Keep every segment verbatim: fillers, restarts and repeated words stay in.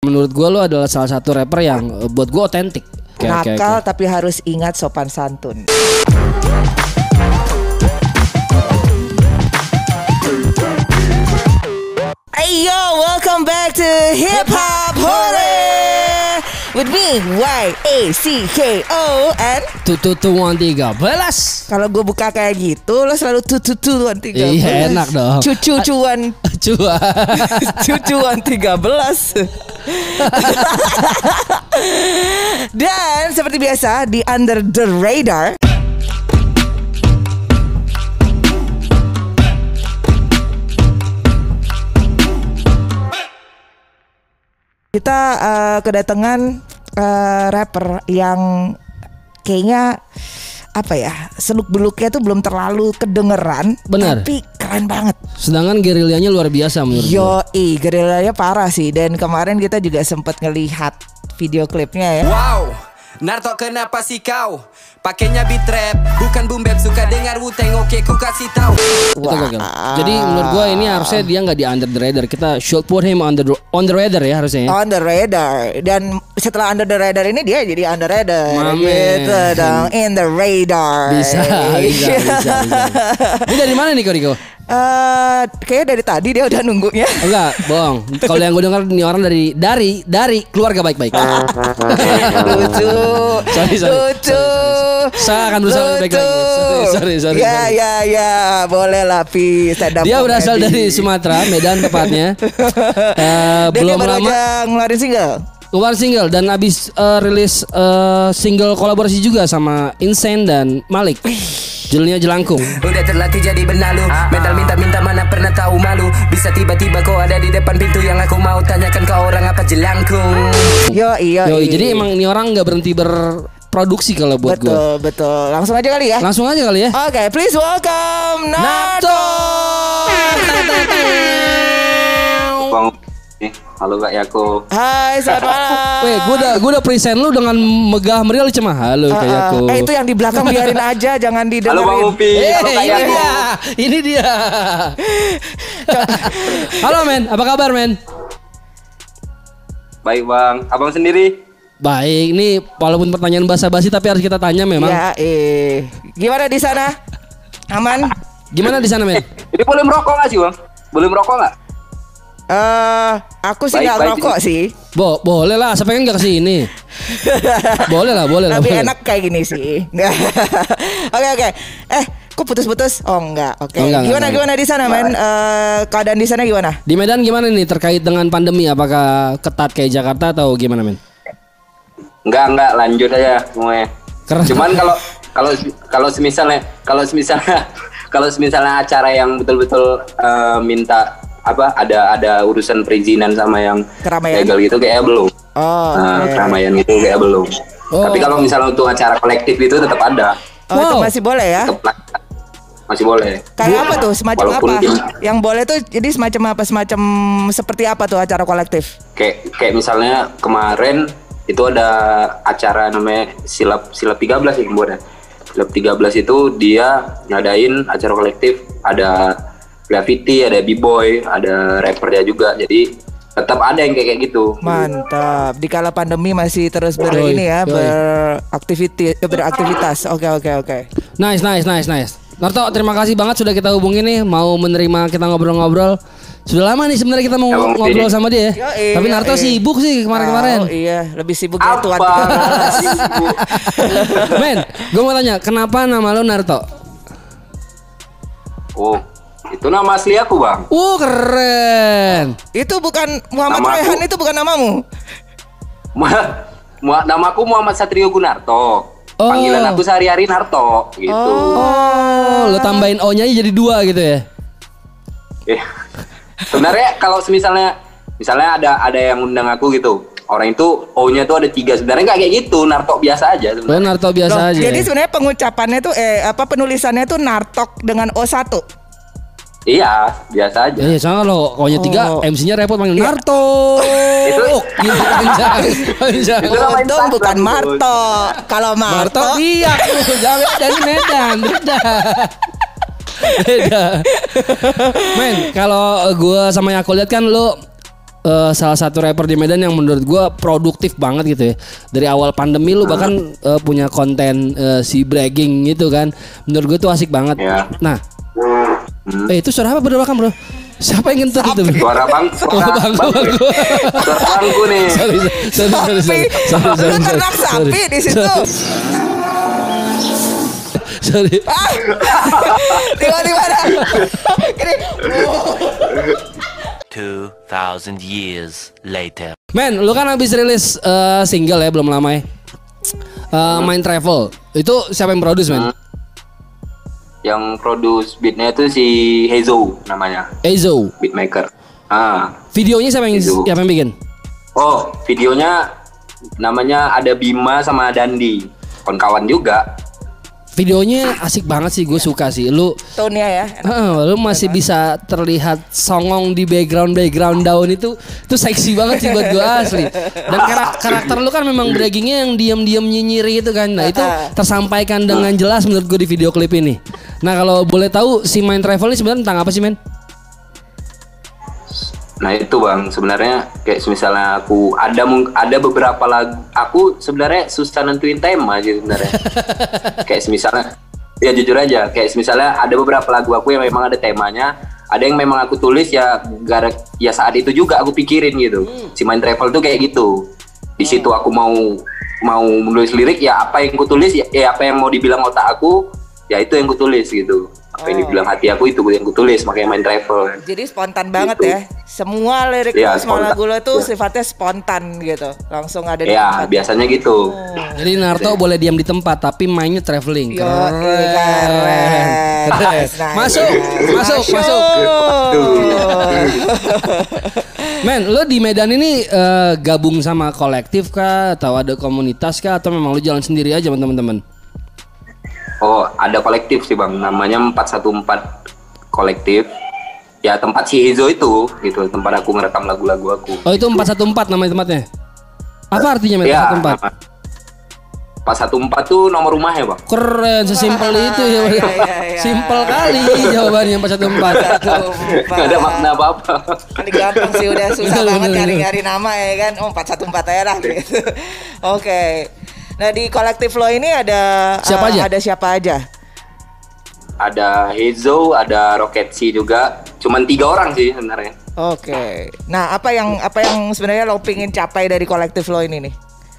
Menurut gue lo adalah salah satu rapper yang uh, buat gue otentik. Okay, nakal okay, okay. Tapi harus ingat sopan santun. Hey yo, welcome back to Hip Hop Hore with me Y A C K O and tututuan tiga belas. Kalau gue buka kayak gitu, lo selalu tututuan tiga belas. Iya enak dong. Cucu-cuan, cuan, cucuan tiga belas. Dan seperti biasa di Under the Radar, kita uh, kedatangan uh, rapper yang kayaknya apa ya, seluk-beluknya tuh belum terlalu kedengeran. Bener. Tapi keren banget. Sedangkan gerilyanya luar biasa menurut gue. Yoi, gerilyanya parah sih. Dan kemarin kita juga sempat ngelihat video klipnya ya. Wow, Narto kenapa sih kau pakainya beat rap, bukan boom bap, suka dengar Wu-Tang, oke ku kasih tahu. Wow. Jadi menurut gue ini harusnya dia nggak di under the radar. Kita should put him on the on the radar ya harusnya. On the radar. Dan setelah under the radar ini dia jadi under radar. Mame. Gitu dong, in the radar. Bisa, bisa, bisa, bisa. Ini dari mana nih Koriko? Uh, kayaknya dari tadi dia udah nunggunya. Enggak, bohong. Kalau yang gue dengar nih orang dari dari dari keluarga baik-baik. Lucu. Sorry, sorry. Lucu. Saya akan berusaha lebih baik lagi. Sorry, sorry, sorry. Ya, sorry. ya, ya, boleh lah Pi. Dia berasal dari Sumatera, Medan tepatnya. uh, Dan belum dia baru lama aja ngeluarin single. Keluar single dan abis uh, rilis uh, single kolaborasi juga sama Insane dan Malik. Judulnya Jelangkung. Udah terlatih jadi benalu, mental minta-minta mana pernah tahu malu. Bisa tiba-tiba kau ada di depan pintu yang aku mau tanyakan ke orang apa jelangkung. Yo iya. Yo, jadi emang ini orang nggak berhenti berproduksi kalau buat gue. Betul gua. betul. Langsung aja kali ya. Langsung aja kali ya. Oke, okay, please welcome Narto. Bang, halo Kak Yako. Hai, selamat malam. Weh, gue udah gue udah present lu dengan megah meriah cuma halo Kak Yako. Uh, eh itu yang di belakang biarin aja, jangan didengerin. Halo Bang Upi. Eh, halo Kak ini Yako. dia. Ini dia. Halo men, apa kabar men? Baik Bang, Abang sendiri? Baik, ini walaupun pertanyaan basa-basi tapi harus kita tanya memang. Ya, eh. Gimana di sana? Aman? Gimana di sana men? Eh, ini boleh merokok nggak sih Bang? Boleh merokok nggak? Eh, uh, aku sih nggak rokok sih. Bo, boleh lah, saya pengen nggak kesini. Boleh lah, boleh lah. Lebih boleh. enak kayak gini sih. Oke oke. Eh, kok putus-putus? Oh enggak. Oke. Okay. Oh, gimana enggak, gimana di sana, men? Uh, keadaan di sana gimana? Di Medan gimana nih terkait dengan pandemi? Apakah ketat kayak Jakarta atau gimana, men? Enggak enggak, lanjut aja semuanya. Keren. Cuman kalau kalau kalau semisalnya kalau semisalnya kalau semisalnya acara yang betul-betul uh, minta apa ada ada urusan perizinan sama yang keramaian legal gitu kayak belum. Oh, nah, okay. keramaian gitu kayak belum. Oh. Tapi kalau misalnya untuk acara kolektif itu tetap ada. Oh, wow. Itu masih boleh ya? Tetap masih boleh. Kayak apa tuh? Semacam Walaupun apa? Tim, yang boleh tuh jadi semacam apa? Semacam seperti apa tuh acara kolektif? Kayak kayak misalnya kemarin itu ada acara namanya Silap Silap tiga belas yang buatnya. Silap tiga belas itu dia ngadain acara kolektif, ada graffiti, ada b-boy, ada rappernya juga. Jadi tetap ada yang kayak gitu. Mantap. Di kala pandemi masih terus ber Yoi, ini ya, yoi. beraktiviti beraktivitas. Oke oke oke. Nice, nice, nice, nice. Narto, terima kasih banget sudah kita hubungin nih, mau menerima kita ngobrol-ngobrol. Sudah lama nih sebenarnya kita mau Ya, ngobrol sama dia. Yoi, Tapi Narto yoi. sibuk sih kemarin-kemarin. Oh iya, lebih sibuk ya Apa? tuan. Men, gue mau tanya, kenapa nama lo Narto? Oh, itu nama asli aku, Bang. Uh, keren. Itu bukan Muhammad Nama aku. Raihan, itu bukan namamu. Ma- Mu- namaku Muhammad Satrio Gunarto. Oh. Panggilan aku sehari-hari Narto gitu. Oh, lo tambahin O-nya aja jadi dua gitu ya? Eh, sebenarnya kalau misalnya misalnya ada ada yang undang aku gitu, orang itu O-nya tuh ada tiga. Sebenarnya nggak kayak gitu, Narto biasa aja Lo sebenarnya. Narto biasa Loh, aja. jadi sebenarnya pengucapannya tuh eh apa penulisannya tuh Nartok dengan O satu. Iya, biasa aja. Iya, soalnya kalau O-nya tiga, Oh. M C-nya repot panggil Iya. Narto. Itu- gitu panjang, panjang. Itu nama Untung Instagram, bukan Bos. Marto. Kalau Marto Marto, iya, jangan dari Medan, beda. Beda. Men, kalau gue sama yang aku lihat kan lo uh, salah satu rapper di Medan yang menurut gue produktif banget gitu ya. Dari awal pandemi lu bahkan uh, punya konten uh, si bragging gitu kan. Menurut gue tuh asik banget. Ya. Nah, Hmm. eh itu suara apa bener bro? Siapa yang ngentut itu? Suara bang, suara Oh, bangku, bangku. bangku. Suara bangku nih. Sorry, sorry, sorry, sorry, sorry, sorry, Lu sorry, ternak sorry. sapi di situ. Sorry. Ah, tiba-tiba ada. Gini. Two thousand years later. Men, lu kan habis rilis uh, single ya belum lama ya. Uh, Mind Travel. Itu siapa yang produce, men? Yang produce beatnya itu si Hezo namanya, Ezo. beatmaker. Ah, Videonya siapa yang Ezo. siapa yang bikin? oh videonya namanya ada Bima sama Dandi, kawan-kawan juga. Videonya asik banget sih, gue suka sih. Lu Tone-nya ya. Uh, lu masih bisa terlihat songong di background background daun itu itu seksi banget sih buat gue asli. Dan karak- karakter lu kan memang braggingnya yang diam-diam nyinyiri gitu kan. Nah itu tersampaikan dengan jelas menurut gue di video klip ini. Nah kalau boleh tahu si Mind Travel ini sebenarnya tentang apa sih, men? Nah itu bang, sebenarnya kayak misalnya aku ada mung- ada beberapa lagu, aku sebenarnya susah nentuin tema sih sebenarnya. Kayak misalnya, ya jujur aja, kayak misalnya ada beberapa lagu aku yang memang ada temanya, ada yang memang aku tulis ya gara ya saat itu juga aku pikirin gitu. Si Mind Travel tuh kayak gitu. Di situ aku mau mau menulis lirik ya apa yang aku tulis ya, ya apa yang mau dibilang otak aku ya itu yang aku tulis gitu. Apa yang dibilang hati aku itu yang aku tulis, makanya Mind Travel. Jadi spontan banget Gitu. ya. Semua lirik Iya, lu, semua spontan. lagu lo tuh Iya. sifatnya spontan gitu. Langsung ada di Ya tempat. biasanya gitu. Jadi Narto boleh diam di tempat tapi mainnya traveling. Yo, keren. Keren. Nice, nice, Masuk, nice. masuk, masuk. Men, lo di Medan ini eh, gabung sama kolektif kah atau ada komunitas kah atau memang lo jalan sendiri aja sama teman-teman? Oh, ada kolektif sih bang, namanya empat satu empat kolektif. Ya tempat si Hezo itu, gitu, tempat aku ngerekam lagu-lagu aku. Oh itu empat satu empat namanya tempatnya? Apa artinya men Ya, empat satu empat? empat satu empat tuh nomor rumahnya bang. Keren, sesimpel itu ya. iya, iya. Simpel kali jawabannya empat satu empat. Gak ada makna apa-apa. Paling gampang sih, udah susah Bener, banget bener, nyari-nyari nama ya kan. Oh empat satu empat aja lah gitu. Oke. Nah di kolektif lo ini ada Siapa eh, aja? Ada siapa aja? Ada Hezo, ada Rocket C juga. Cuman tiga orang sih sebenarnya. Oke. Nah apa yang apa yang sebenarnya lo pingin capai dari kolektif lo ini nih?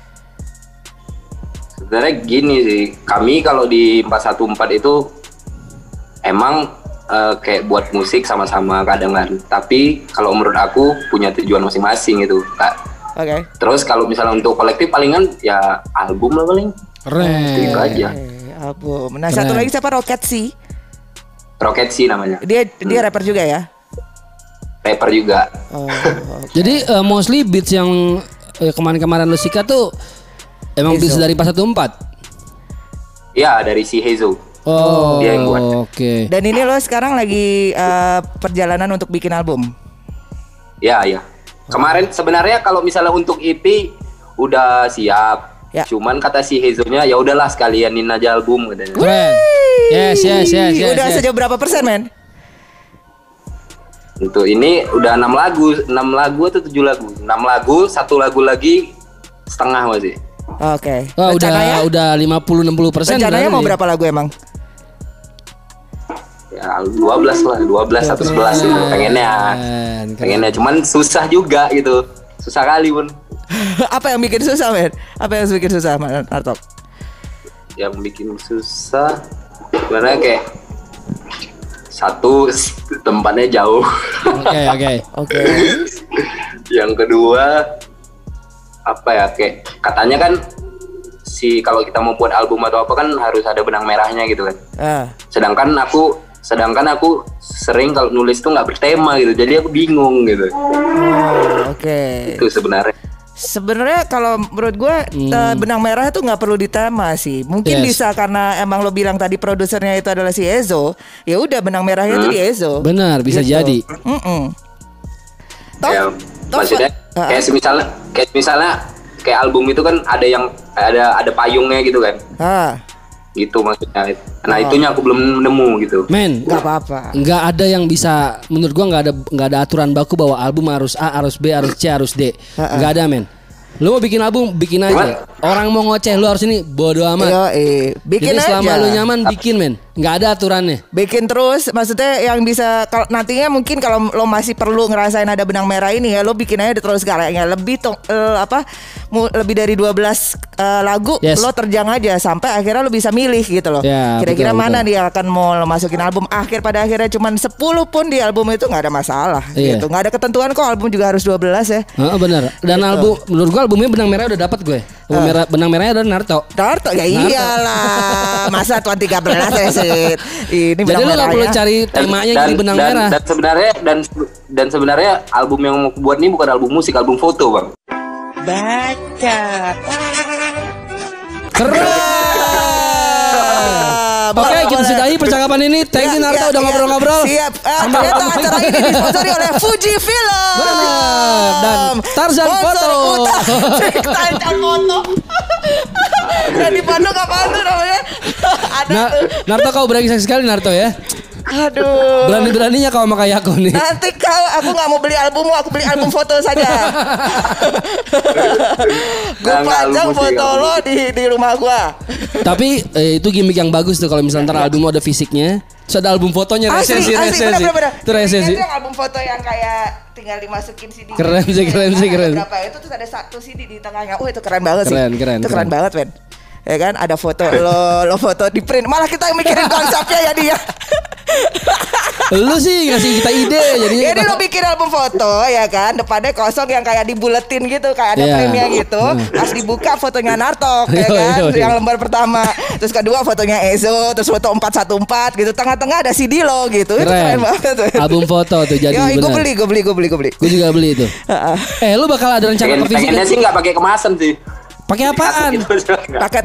Sebenarnya gini sih, kami kalau di empat satu empat itu emang eh, kayak buat musik sama-sama kadang kan. Tapi kalau menurut aku punya tujuan masing-masing gitu, Kak. Oke. Terus kalau misalnya untuk kolektif palingan ya album lah paling. Keren. Itu aja. Eh, album. Nah Keren. satu lagi siapa? Rocket C. Rocket C namanya. Dia dia rapper juga ya. Rapper juga. Oh. Jadi eh, mostly beats yang eh, kemarin-kemarin lu sikat tuh emang Hezo. beats dari empat satu empat? Ya dari si Hezo. Oh, Dia yang buat. oke. Dan ini lo sekarang lagi eh, perjalanan untuk bikin album. Ya ya. Kemarin sebenarnya kalau misalnya untuk E P udah siap. Ya. Cuman kata si Hezo-nya ya udahlah sekalianin aja album katanya. Keren. Yes, yes, yes, yes. Udah yes. sejauh berapa persen men? Untuk ini udah enam lagu, enam lagu atau tujuh lagu? enam lagu, satu lagu lagi setengah masih. Oke. Wah, udah Rencananya? udah lima puluh enam puluh persen. Rencananya mau berapa lagu emang? Ya dua belas lah, dua belas atau sebelas gitu. Pengennya. Keren, keren. Pengennya cuman susah juga gitu. Susah kali pun. Apa yang bikin susah men? Apa yang bikin susah Mas Narto? Yang bikin susah sebenarnya kayak satu tempatnya jauh. Oke, oke. Oke. Yang kedua apa ya, kayak katanya kan si kalau kita mau buat album atau apa kan harus ada benang merahnya gitu kan. Ah. Sedangkan aku sedangkan aku sering kalau nulis tuh nggak bertema gitu, jadi aku bingung gitu. Oh, Oke. Itu sebenarnya. Sebenarnya kalau menurut gue eh, benang merah itu nggak perlu ditema sih. Mungkin Yes. bisa karena emang lo bilang tadi produsernya itu adalah si Ezo. Ya udah benang merahnya itu di Ezo. Benar, bisa Gitu. jadi. Mm-mm. Toh, Ya, toh, maksudnya ah, kayak misalnya kayak misalnya kayak album itu kan ada yang ada ada payungnya gitu kan. ah. Gitu maksudnya. Nah itunya aku belum nemu gitu. Men, Gak apa-apa. nggak ada yang bisa, menurut gua nggak ada nggak ada aturan baku bahwa album harus A, harus B, harus C, harus D. Nggak ada, men. Lu mau bikin album, bikin aja. Orang mau ngoceh, lu harus ini, bodo amat. Yo, eh. Bikin Jadi selama aja. lu nyaman, bikin, men. Nggak ada aturannya. Bikin terus, maksudnya yang bisa kalau nantinya mungkin kalau lo masih perlu ngerasain ada benang merah ini ya, lo bikin aja terus karyanya lebih to, uh, apa mu, lebih dari dua belas uh, lagu, Yes. lo terjang aja sampai akhirnya lo bisa milih gitu loh. Ya, Kira-kira betul, mana betul. dia akan mau lo masukin album akhir pada akhirnya cuman sepuluh pun di album itu nggak ada masalah Iya. gitu. Nggak ada ketentuan kok album juga harus dua belas ya. Heeh, benar. Dan album, menurut gua albumnya benang merah udah dapat gue. Benang merah, benang merahnya ada Naruto. Naruto ya Naruto. iyalah. Masa tuan tiga belas ya sih. Ini Jadi lu nggak perlu merahnya. cari temanya dan, jadi benang dan, merah. Dan sebenarnya dan dan sebenarnya album yang mau aku buat ini bukan album musik, album foto bang. Baca. Keren. Oke, kita sudahi percakapan ini. Thank you Naruto udah ngobrol-ngobrol. Siap. Ah, Sampai ternyata ketemu acara lagi. ini disponsori oleh Fuji Film. Benar. Dan Tarzan Sponsor Foto. utama. Tarzan Foto. Dan dipandu kapan tuh namanya? Ada Nah, tuh. Naruto kau brengsek sekali Naruto ya. Aduh. Berani-beraninya kau sama kayak aku nih. Nanti kau, aku nggak mau beli albummu, aku beli album foto saja. Gue Nggak, nggak, pajang album musik, foto album lo di di rumah gua. Tapi eh, itu gimmick yang bagus tuh kalau misalnya ntar album ada fisiknya, terus ada album fotonya Asli, resesi asli, resesi. bener, bener, bener. Itu resesi. Itu yang album foto yang kayak tinggal dimasukin C D. Keren sih, keren sih, keren. Berapa itu terus ada satu C D di tengahnya. Oh itu keren banget sih. Keren, keren, Itu keren, keren. banget, men. Ya kan ada foto lo lo foto di print. Malah kita yang mikirin konsepnya ya dia. Lu sih ngasih kita ide jadinya. Jadi kita- lo bikin album foto ya kan, depannya kosong yang kayak dibuletin gitu, kayak ada Iya. frame-nya gitu. Hmm. Pas dibuka fotonya Naruto ya Yo, kan, yo, yo. yang lembar pertama. Terus kedua fotonya Ezo, terus foto empat satu empat gitu. Tengah-tengah ada C D lo gitu. Itu keren banget tuh. Album foto tuh jadi Yo, gue benar. beli, gue beli, gue beli, gue beli. Gue juga beli itu. Eh, lu bakal ada rencana Pengen, ke fisik? pengennya sih nggak pakai kemasan sih. Pakai apaan? Gitu, nggak. Paket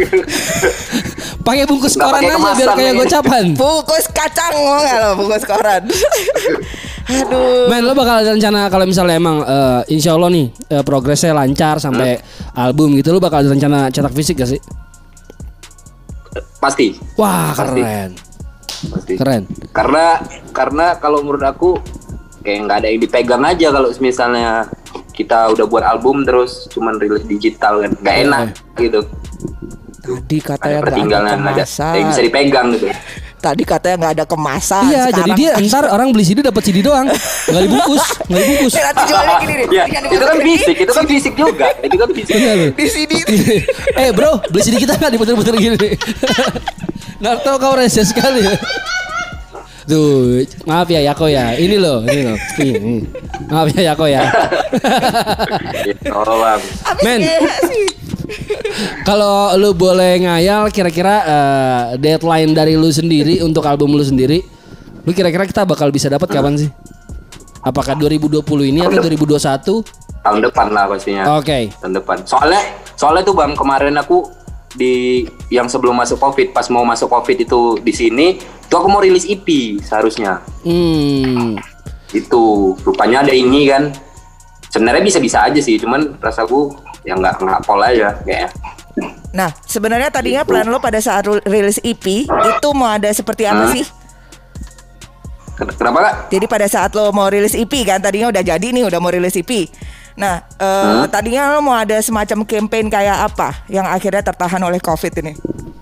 Pakai bungkus Nggak koran pakai aja kemasan biar kayak lagi. gocapan. bungkus kacang mau nggak lo, bungkus koran. Aduh. Men, lu bakal ada rencana kalau misalnya emang eh, insya Allah nih eh, progresnya lancar sampai album gitu, lu bakal ada rencana cetak fisik gak sih? Pasti, Wah, Pasti. keren. pasti. Keren. Karena karena kalau menurut aku kayak nggak ada yang dipegang aja kalau misalnya kita udah buat album terus cuman rilis digital kan nggak enak gitu. Tadi katanya Ada nggak ada pertinggalan, ada, kemasan. ada yang bisa dipegang gitu. Tadi katanya nggak ada kemasan. Iya, jadi Sekarang- dia entar orang beli C D dapat C D doang, nggak dibungkus, nggak dibungkus. Eh, nanti jualnya gini nih. Ya, Tinggal itu kan dimasukin fisik, itu kan fisik juga. Itu kan fisik. Benar. di sini. Eh bro, beli C D kita nggak diputer-puter gini. Naruto kau rese sekali ya. Tuh, maaf ya Yako ya. Ini loh, ini loh. Ini. Maaf ya Yako ya. Ya, oh, bang. Abis Men. kayak sih. Kalau lu boleh ngayal kira-kira eh, deadline dari lu sendiri untuk album lu sendiri, lu kira-kira kita bakal bisa dapat kapan sih? Apakah dua ribu dua puluh ini atau dua ribu dua puluh satu? Tahun depan lah pastinya. Oke. Tahun depan. Soalnya soalnya tuh bang kemarin aku di yang sebelum masuk covid, pas mau masuk covid itu di sini, tuh aku mau rilis E P seharusnya. Hmm. Itu rupanya ada ini kan. Sebenarnya bisa-bisa aja sih, cuman rasaku ya nggak nggak pol aja kayaknya. Nah, sebenarnya tadinya plan lo pada saat ru- rilis E P itu mau ada seperti apa Hah? sih? Ken- Kenapa kak? Jadi pada saat lo mau rilis E P kan, tadinya udah jadi nih, udah mau rilis E P. Nah, eh, tadinya lo mau ada semacam campaign kayak apa yang akhirnya tertahan oleh COVID ini?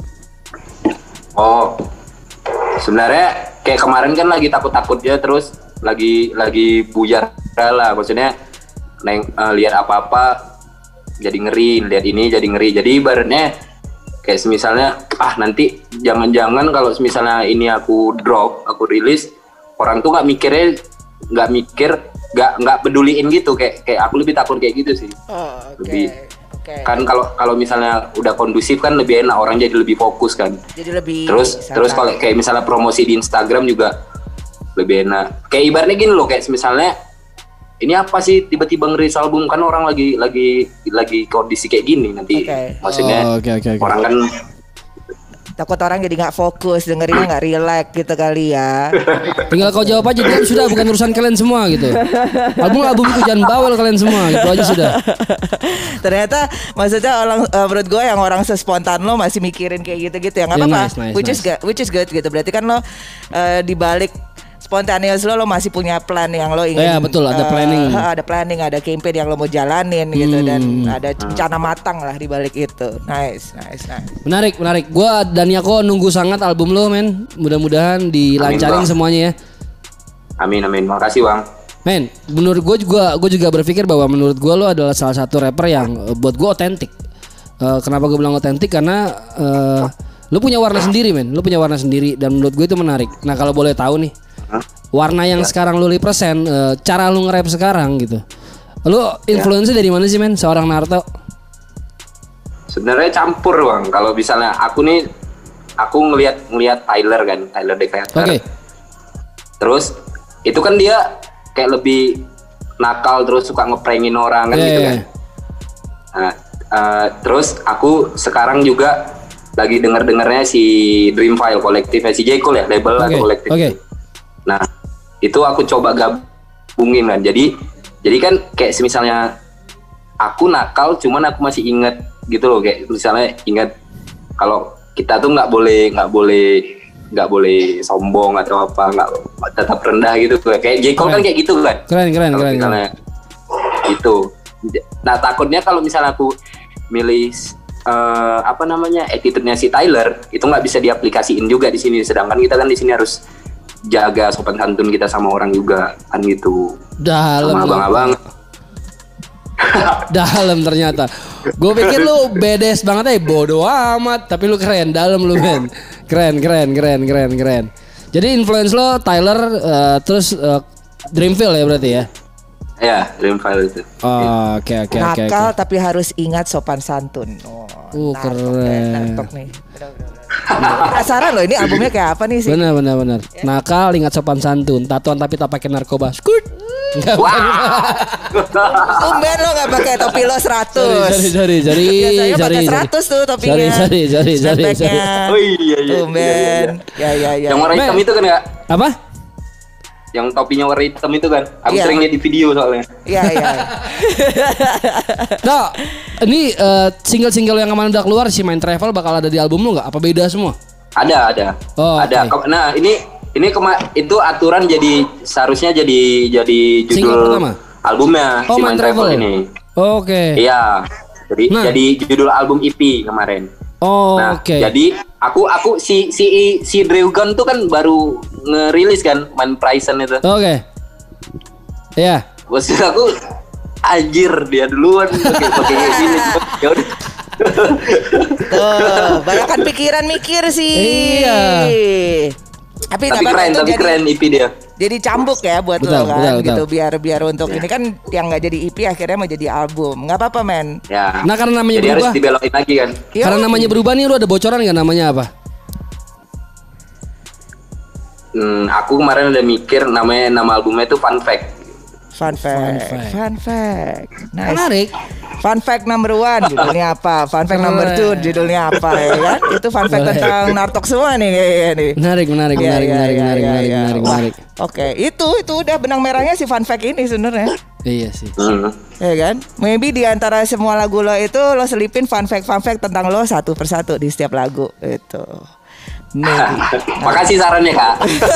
Oh, sebenarnya kayak kemarin kan lagi takut-takutnya terus lagi lagi buyar lah, maksudnya neng eh, lihat apa-apa jadi ngeri, lihat ini jadi ngeri. Jadi ibaratnya kayak semisalnya ah nanti jangan-jangan kalau misalnya ini aku drop, aku rilis, orang tuh nggak mikirnya nggak mikir nggak nggak peduliin gitu, kayak kayak aku lebih takut kayak gitu sih. Oh, oke. Lebih. Oke. Kan kalau kalau misalnya udah kondusif kan lebih enak, orang jadi lebih fokus kan. Jadi lebih Terus santai. terus kalau kayak misalnya promosi di Instagram juga lebih enak. Kayak ibaratnya gini loh, kayak misalnya ini apa sih tiba-tiba ngerilis album, kan orang lagi lagi lagi kondisi kayak gini nanti. Oke. Maksudnya Oh, oke, oke, oke. orang kan Takut orang jadi nggak fokus, dengerinnya nggak relax gitu kali ya. Tinggal kau jawab aja, dia sudah bukan urusan kalian semua gitu. Album-album itu jangan bawel kalian semua, gitu aja sudah. Ternyata maksudnya orang uh, menurut gue yang orang sespontan lo masih mikirin kayak gitu-gitu ya nggak Yeah, apa-apa, nice, nice, which is nice. good, which is good gitu. Berarti kan lo uh, di balik spontaneous lo lo masih punya plan yang lo ingin. Ya, betul, ada uh, planning. ada planning, ada campaign yang lo mau jalanin gitu Hmm. dan ada rencana matang lah di balik itu. Nice, nice, nice. Menarik, menarik. Gua dan Yako nunggu sangat album lo, men. Mudah-mudahan dilancarin Bang. semuanya ya. Amin amin. Makasih Bang. Men, menurut gue juga, gue juga berpikir bahwa menurut gue lo adalah salah satu rapper yang uh, buat gue otentik. Uh, kenapa gue bilang otentik? Karena uh, lo punya warna sendiri, men. Lo punya warna sendiri dan menurut gue itu menarik. Nah kalau boleh tahu nih, warna yang sekarang lo represent, uh, cara lo nge-rap sekarang gitu. Lo influence dari mana sih, men? Seorang Naruto? Sebenarnya campur Bang. Kalau misalnya aku nih, aku ngelihat ngelihat Tyler kan, Tyler The Creator. Oke. Terus itu kan dia kayak lebih nakal terus suka ngeprengin orang kan Iya, gitu iya. kan. Nah, uh, terus aku sekarang juga lagi denger-dengernya si Dreamfile kolektifnya si J. Cole ya, label Oke, atau kolektif. oke. Nah, itu aku coba gabungin kan. Jadi jadi kan kayak misalnya aku nakal cuman aku masih inget gitu loh, kayak misalnya ingat kalau kita tuh nggak boleh nggak boleh nggak boleh sombong atau apa, nggak tetap rendah gitu kayak J. Cole kan kayak gitu kan. Keren, keren, Kalau keren. misalnya itu. Nah takutnya kalau misalnya aku milih eh, apa namanya attitude-nya si Tyler itu nggak bisa diaplikasiin juga di sini. Sedangkan kita kan di sini harus jaga sopan santun kita sama orang juga kan gitu. Dalam. Sama abang-abang. Dalam ternyata. Gue pikir lu bedes banget, eh bodoh amat. Tapi lu keren, dalam lu, men. Keren, keren, keren, keren, keren. Jadi influence lo Tyler, uh, terus uh, Dreamville ya berarti ya? Ya, Dreamfile itu. Oh, Oke, oke, oke. Nakal oke. tapi harus ingat sopan santun. Oh, Uh, nartok keren. deh, nartok nih. Penasaran loh ini albumnya kayak apa nih sih? Benar, benar, benar. Nakal, ingat sopan santun. Tatuan tapi tak pakai narkoba. Skut. Enggak. Tumben lo gak pakai topi lo seratus. Jari, jari, jari, Biasanya jari, pakai jari. seratus tuh topinya. Jari, jari, jari, jari, jari. Snapbacknya. Oh iya iya. Tumben. iya, Ya ya ya. Yang warna hitam Men. itu kan ya? Apa? Yang topinya warna hitam itu kan? Aku Iya. sering lihat di video soalnya. Iya iya. Nah, ini uh, single-single yang kemarin udah keluar si Mind Travel bakal ada di album lu nggak? Apa beda semua? Ada, ada. Oh, ada. oke. Ke- Nah, ini ini kema itu aturan jadi seharusnya jadi jadi Single judul pertama? albumnya Oh, si Mind Mind Travel. Travel ini. Oke. Iya. Jadi Nah. jadi judul album E P kemarin. Oh, Nah, oke. jadi aku aku si si si Dreugan tuh kan baru ngerilis kan Man Prison itu. Oke. Iya. Maksud aku anjir dia duluan pakai pakai kayak gini. Ya udah. Tuh, banyakkan pikiran mikir sih. Iya. Tapi, Tapi nggak apa-apa, keren, itu tapi jadi, keren E P dia. jadi cambuk ya buat Betul, lo kan betul, betul. gitu biar biar untuk ini kan yang nggak jadi E P akhirnya mau jadi album. Nggak apa-apa men. Ya. Nah, karena namanya Jadi harus berubah. dibelokin lagi kan. Yo. Karena namanya berubah nih, lu ada bocoran nggak namanya apa? Hmm, aku kemarin udah mikir namanya nama albumnya itu Fun Fact. Fun fact. fact. Fun fact. Nice. Menarik. Fun fact number one judulnya apa? Fun fact number two judulnya apa ya kan? Itu fun fact Boleh. tentang Nartok semua nih kayaknya nih. Menarik, menarik, Iya, menarik, iya, menarik, iya, menarik, iya, menarik, iya. menarik, Wah, menarik. Oke, itu itu udah benang merahnya si fun fact ini sebenarnya. Iya sih. Hmm. Ya kan? Maybe di antara semua lagu lo itu lo selipin fun fact fun fact tentang lo satu persatu di setiap lagu itu. Maybe. Makasih sarannya kak.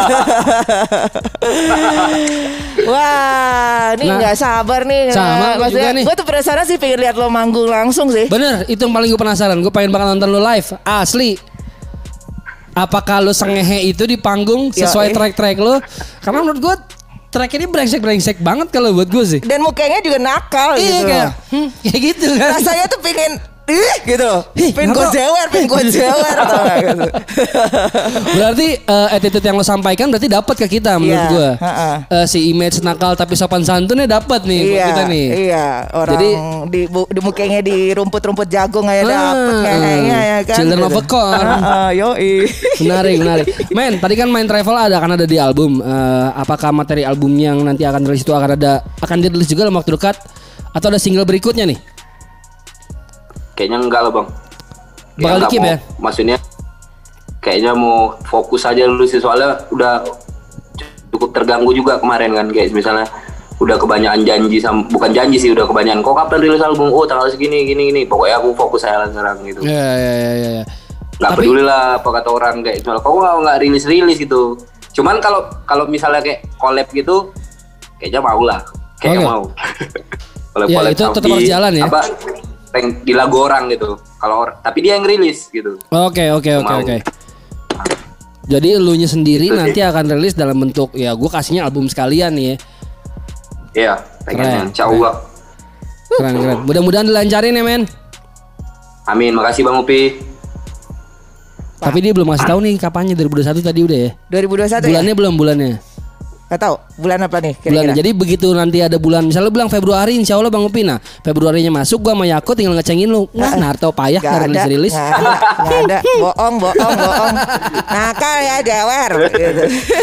Wah, ini Nah, nggak sabar nih. sama, gua juga nih. Gue tuh penasaran sih pengen lihat lo manggung langsung sih. Bener, itu yang paling gue penasaran. Gue pengen banget nonton lu live. Asli. Apakah lu sengehe itu di panggung sesuai Yo, eh. track-track lu? Karena menurut gue track ini brengsek-brengsek banget kalau buat gue sih. Dan mukanya juga nakal Iya gitu. kayak, hmm, kayak gitu kan. Rasanya tuh pengen ih gitu. Ih, Pengen gue kenapa? jewer, pengen gue jewer tau gak gitu. Berarti eh, attitude yang lo sampaikan berarti dapat ke kita menurut Iya, gue. ha-ha. Eh, si image nakal tapi sopan santunnya dapat nih buat Iya, kita nih. iya. Orang Jadi- di, bu, di mukanya di rumput-rumput jagung aja Ah, dapet ngehengnya ya kan. Children of a Corn. Heeh, yoi. Menarik, menarik. Men, tadi kan Mind Travel ada akan ada di album. Eh, apakah materi album yang nanti akan rilis itu akan ada akan dirilis juga dalam waktu dekat atau ada single berikutnya nih? Kayaknya enggak loh bang. Bakal Kayak di-keep nggak ya? mau- Maksudnya kayaknya mau fokus aja dulu sih, soalnya udah cukup terganggu juga kemarin kan, kayak misalnya udah kebanyakan janji sama, bukan janji sih, udah kebanyakan kok kapan rilis album, oh tanggal segini gini gini, pokoknya aku fokus saya sekarang gitu. Iya iya iya iya. Ya. Nggak Tapi- peduli lah apa kata orang, kayak misalnya kok nggak nggak rilis rilis gitu. Cuman kalau kalau misalnya kayak collab gitu, kayaknya mau lah, kayaknya Oke. mau. Collab Ya, collab itu sama tetap di- harus jalan ya. Apa yang di lagu orang gitu. Kalau or- tapi dia yang rilis gitu. Oke oke oke Mau. oke. Jadi elunya sendiri Itu sih. nanti akan rilis dalam bentuk ya gue kasihnya album sekalian nih ya. Iya, Keren, pengennya. Insya Allah. Keren keren. Mudah-mudahan dilancarin ya men. Amin, makasih Bang Upi. Tapi dia belum ngasih tahu nih kapannya dua ribu dua puluh satu tadi udah ya. dua ribu dua puluh satu Bulannya ya? belum bulannya. Gak tahu bulan apa nih Bulan. kira-kira? Jadi begitu nanti ada bulan misalnya lu bilang Februari insya Allah Bang Upi. Nah Februarinya masuk gua sama Yako tinggal ngecengin lu. Wah Narto payah Gak nggak ada, rilis-rilis. gak ada, gak ada, bohong, bohong, bohong, nakal ya Jawer. Gitu.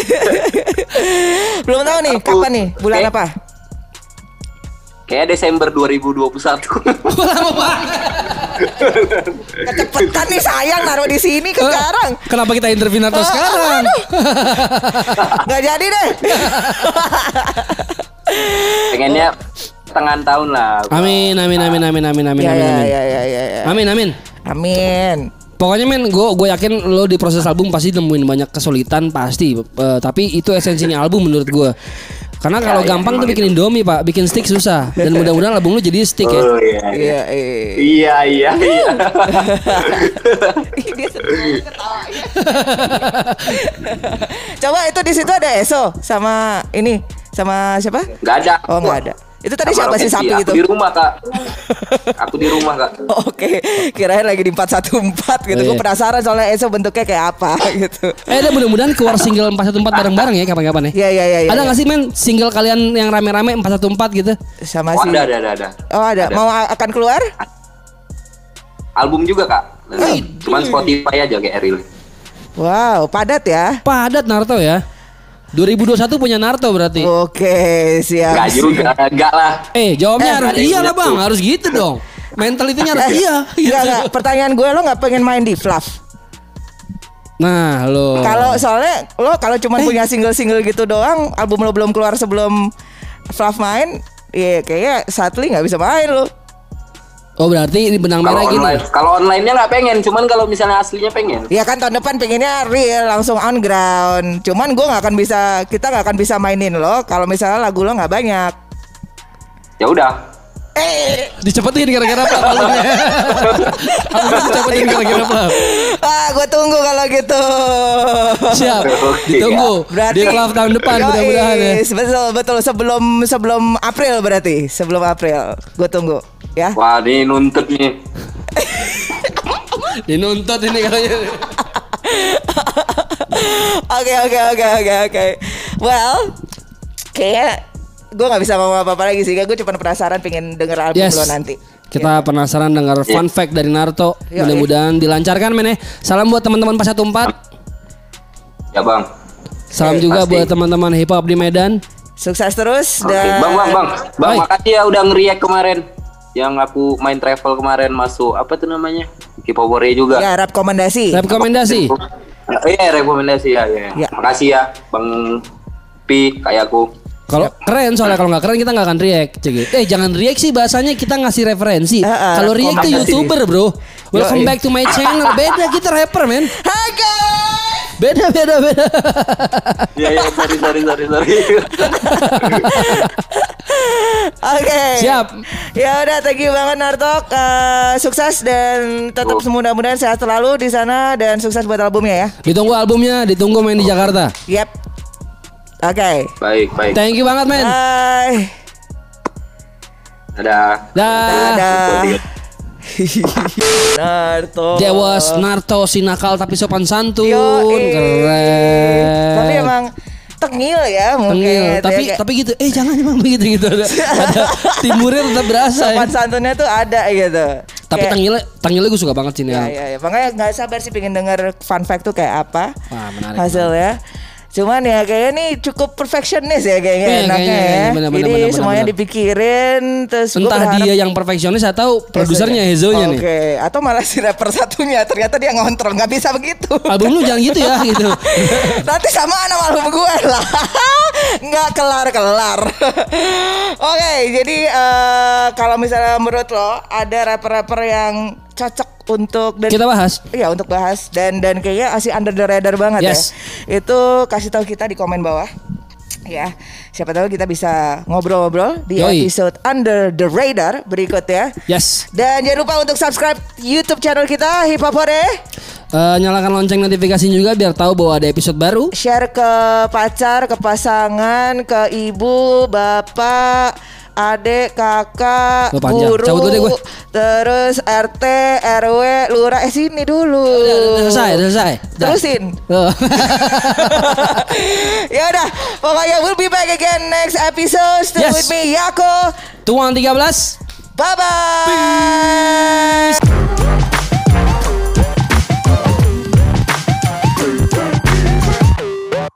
Belum tahu nih kapan nih, bulan Oke. apa? Kayak Desember dua ribu dua puluh satu. Lama banget. Kecepetan nih sayang naruh di sini ke sekarang. Kenapa kita interview Narto Ah, sekarang? Gak jadi deh. Pengennya tengah tahun lah. Amin amin amin amin amin amin Ya amin ya amin. ya ya ya. ya. Amin amin. Amin. Pokoknya men, gue gue yakin lo di proses album pasti nemuin banyak kesulitan pasti. Eh, tapi itu esensinya album menurut gue. Karena kalau Ya, ya, gampang tuh emang bikin Indomie pak, bikin stick susah. Dan mudah-mudahan album lo jadi stick ya. Oh iya. Iya Iya, iya. iya iya. iya. Ih, dia seneng ketawanya. Coba itu di situ ada Eso sama ini sama siapa? Nggak ada. Oh nggak ada. Itu tadi Sama siapa sih Rokensi. sapi Aku itu? di rumah kak. Aku di rumah kak. Oke, kirain lagi di empat satu empat gitu. Oh, Gue iya. penasaran soalnya Eso bentuknya kayak apa gitu. Eh dan mudah-mudahan keluar single empat satu empat bareng-bareng ya kapan-kapan ya. Iya iya iya. Ada ya. nggak sih men single kalian yang rame-rame empat satu empat gitu? Sama Oh, si ada ada ada ada. Oh ada. Ada. Mau a- akan keluar? Album juga kak. Cuman Spotify aja kayak rilis. Wow, padat ya. Padat Narto ya. dua ribu dua puluh satu punya Narto berarti. Oke, siap. Enggak juga, enggak lah. Eh jawabnya Eh, harus ada yang iya lah punya bang, tuh. harus gitu dong. Mentalitinya harus Eh, iya. Enggak, gitu. enggak. Pertanyaan gue, lo nggak pengen main di Fluff? Nah lo. Kalau soalnya lo kalau cuma punya single-single gitu doang, album lo belum keluar sebelum Fluff main, ya kayaknya Satli nggak bisa main lo. Oh berarti ini benang Kalau merah gini. online, kalau online-nya nggak pengen, cuman kalau misalnya aslinya pengen. Ya kan tahun depan pengennya real langsung on ground. Cuman gue nggak akan bisa, kita nggak akan bisa mainin lo kalau misalnya lagu lo nggak banyak. Ya udah. Eh, Dicepetin gara-gara apa albumnya? Albumnya dicepetin gara-gara apa? ah gue tunggu kalau gitu. Siap. Oke, Ditunggu. Berarti Di Club tahun depan Yoi, mudah-mudahan ya. Betul betul sebelum sebelum April berarti sebelum April gue tunggu ya. Wah, ini nuntut nih. Dinuntut ini katanya. Oke oke oke oke oke. Well, kayak gue nggak bisa ngomong apa-apa lagi sih. Gue cuma penasaran pengen denger album Yes. lo nanti. Kita penasaran dengar fun fact dari Narto. Yoi. Mudah-mudahan dilancarkan men ya. Salam buat teman-teman empat satu empat. Ya bang. Salam Oke, juga pasti. buat teman-teman hip hop di Medan. Sukses terus Oke, dan bang, bang, bang, bang, Hai. makasih ya udah nge-react kemarin. Yang aku main travel kemarin masuk apa tuh namanya? K-popore juga. ya rekomendasi. Rekomendasi. Oh, iya, rekomendasi ya, ya. Ya. Makasih ya, Bang Pi, kayak aku. Kalau keren soalnya kalau nggak keren kita nggak akan react. Cek. Eh jangan react sih bahasanya kita ngasih referensi. Eh, eh, Kalau react tuh rekomendasi. YouTuber bro. Welcome Yoi. back to my channel. Beda kita rapper men. Hai guys. Beda beda beda. Iya, iya, sorry, sorry, sorry, sorry. Oke. Siap. Ya udah, thank you banget Nartok. Eh, sukses dan tetap Oh. mudah-mudahan sehat selalu di sana dan sukses buat albumnya ya. Ditunggu albumnya, ditunggu main di Jakarta. Yep. Oke. Baik, baik. Thank you banget men. Bye. Dadah. Dah. Dadah. Narto. That was Narto si nakal tapi sopan santun. Yoi. Keren. Tapi emang tengil ya mungkin. Tengil. gitu Tapi ya, kayak tapi gitu. Eh jangan emang begitu gitu. Ada, ada timurnya tetap berasa ya. sopan santunnya tuh ada gitu. Tapi Kayak- tengilnya tengilnya gue suka banget sih nih. Ya, ya, ya. Makanya nggak sabar sih pengen denger fun fact tuh kayak apa Wah, menarik, hasilnya. Cuman ya kayaknya nih cukup perfectionist ya kayaknya Iya, enaknya kayaknya, ya. kayaknya, bener, Jadi bener, bener, semuanya bener. dipikirin terus gua Entah berharap- dia yang perfeksionis atau produsernya Hezonya nih. Oke, atau malah si rapper satunya ternyata dia ngontrol, nggak bisa begitu. Album lu jangan gitu ya gitu. Nanti sama sama album gue lah. Nggak kelar-kelar. Oke, jadi eh, kalau misalnya menurut lo ada rapper-rapper yang cocok untuk dan Kita bahas. Iya, untuk bahas dan dan kayaknya masih under the radar banget Yes. ya. Itu kasih tahu kita di komen bawah. Ya, siapa tahu kita bisa ngobrol-ngobrol di Yoi. episode Under the Radar berikut ya. Yes. Dan jangan lupa untuk subscribe YouTube channel kita Hip Hop Hore. Eh, nyalakan lonceng notifikasi juga biar tahu bahwa ada episode baru. Share ke pacar, ke pasangan, ke ibu, bapak, adik, kakak, Lu panjang. guru, Cabut dulu deh gue. terus R T, R W, lurah. Eh sini dulu. Udah selesai, udah selesai. Udah. Terusin. Oh. Ya udah, pokoknya we'll be back again next episode. Still Yes. with me Yako. Tuang tiga belas. Bye bye.